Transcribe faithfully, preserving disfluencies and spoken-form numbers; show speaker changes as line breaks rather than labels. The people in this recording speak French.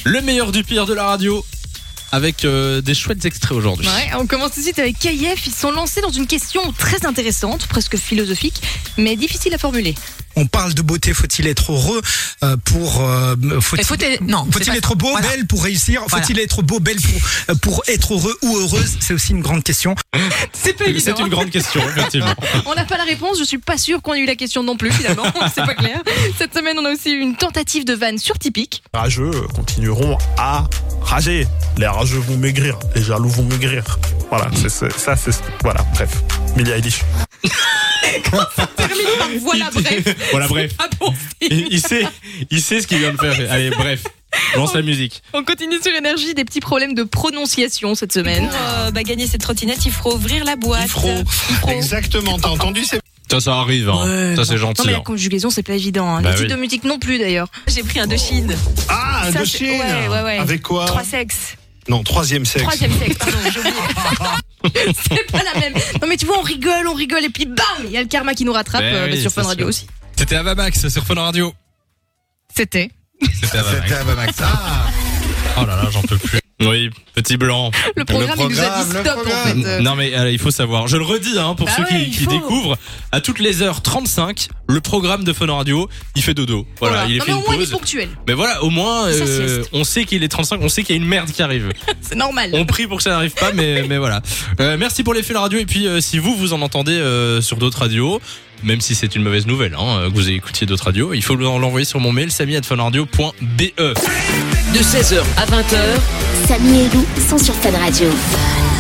Le meilleur du pire de la radio. Avec euh, des chouettes extraits aujourd'hui.
Ouais, on commence tout de suite avec K F. Ils sont lancés dans une question très intéressante, presque philosophique, mais difficile à formuler.
On parle de beauté, faut-il être heureux euh, pour euh, faut-il,
faut être, non,
faut-il être beau,
voilà.
belle pour réussir,
voilà.
Faut-il être beau, belle pour euh, pour être heureux ou heureuse, c'est aussi une grande question.
C'est pas évident.
C'est une grande question, effectivement.
On n'a pas la réponse, je suis pas sûre qu'on ait eu la question non plus finalement, c'est pas clair. Cette semaine, on a aussi eu une tentative de vanne surtypique.
Les rageux continueront à rager. Les rageux vont maigrir, les jaloux vont maigrir. Voilà, c'est, c'est, ça c'est... Voilà, bref. Billie Eilish.
Ça termine par voilà bref.
Voilà, bref.
Ah bon,
il, il, sait, il sait ce qu'il vient de faire. Allez, bref. Lance la musique.
On continue sur Énergie, des petits problèmes de prononciation cette semaine.
Pour euh, bah, gagner cette trottinette, il faut ouvrir la boîte.
Il faut. Exactement, t'as entendu c'est...
Ça, ça arrive. Hein.
Ouais,
ça, c'est gentil.
Non, mais la
hein.
conjugaison, c'est pas évident. Hein.
Bah
Les
oui.
titres de musique non plus d'ailleurs.
J'ai pris un de Chine.
Ah, un
Ça,
de
c'est-
Chine.
ouais, ouais, ouais.
Avec quoi?
Trois sexes.
Non, troisième sexe.
Troisième sexe, pardon, j'ai oublié.
C'est pas la même. Non mais tu vois, on rigole, on rigole et puis bam, il y a le karma qui nous rattrape
Ben
euh,
oui,
sur
ça,
Fun Radio
c'est-
aussi.
C'était Avamax sur Fun Radio.
C'était.
C'était Avamax.
C'était Avamax. Ah,
Oh là là, j'en peux plus. Oui, petit blanc.
Le programme, il nous a
programme,
dit
le
stop en
programme.
fait. Euh,
Non mais euh, il faut savoir, je le redis hein, pour
Bah
ceux
ouais,
qui,
il
qui
faut.
découvrent, à toutes les heures trente-cinq, le programme de Fun Radio, il fait dodo. Voilà, il est
non,
fait
mais au
une
moins il est
pause.
ponctuel.
Mais voilà, au moins
Ça
euh,
sieste.
on sait qu'il est trente-cinq, on sait qu'il y a une merde qui arrive.
C'est normal.
On prie pour que ça n'arrive pas, mais mais voilà. Euh, merci pour les Fun Radio et puis euh, si vous vous en entendez euh, sur d'autres radios, même si c'est une mauvaise nouvelle, hein, que vous écoutiez d'autres radios, il faut l'envoyer sur mon mail samy arobase funradio point b e.
De seize heures à vingt heures,
Samy et Lou sont sur Fun Radio.